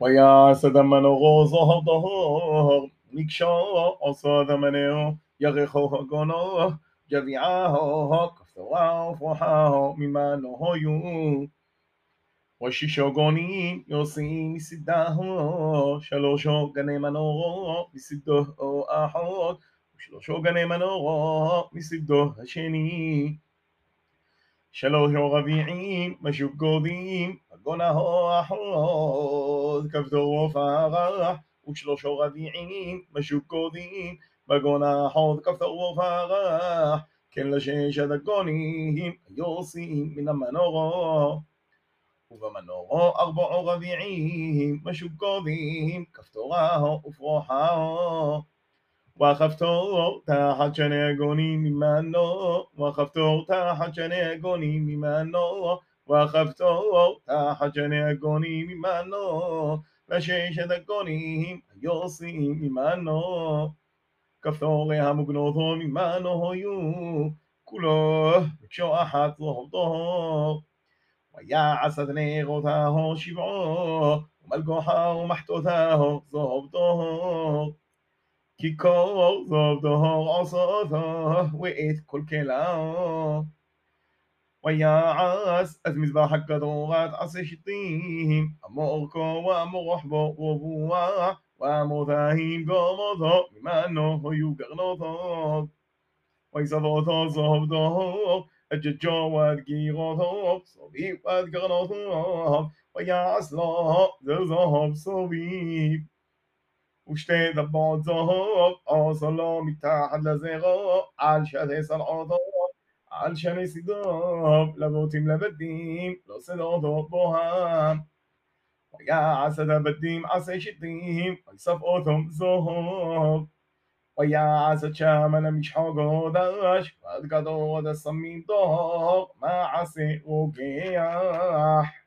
ויעשד המנורו זוהר דהור, נקשו עשו דמנהו, ירחו הגונו, גביעהו, כפתורו ופרוחהו, ממנו היו. ושישו גונים יוסי מסידהו, שלושו גני מנורו מסידו האחד, ושלושו גני מנורו מסידו השני. שלושו רביעים משוגודים, הגונהו האחד, כפתורו ופרח, ושלושו רביעים משוגודים, בגון האחד כפתורו ופרח, כן לששת הגונים היוסים מן המנורו. ובמנורו ארבעו רביעים משוגודים, כפתורהו ופרוחהו. וכפתור תחת שני הגונים ממנו, וכפתור תחת שני הגונים ממנו, וכפתור תחת שני הגונים ממנו, וששת הגונים היוסים ממנו. כפתורי המוגנותו ממנו היו, כולו מקשו אחת זהוב. ויעש נרותהו שבעו, ומלגוהו ומחתותהו זהוב דהור. כי כל זהוב דהור עשותו, ואת כל כלהו. ויעש את מזבח הקטורת עשה שתים, אמורכו ואמורח בו רבוע, ואמותיים גומותו, ממנו היו גרנותו. ויסבותו זהוב דהור, את ג'ג'ו ואת גירותו, סביב ואת גרנותו, ויעש לו זהוב סביב. ושתי דבות זהוב עשה לו מתחת לזרוע, על שתי סלעותו, על שני סידוב, לבוטים לבדים, לא סדותו בוהם. ויעש את הבדים עשה שתים, ויסף אותם זהוב. ויעש את שמן המשחו גודש, ועד גדול הסמים דהור, מעשה רוגח.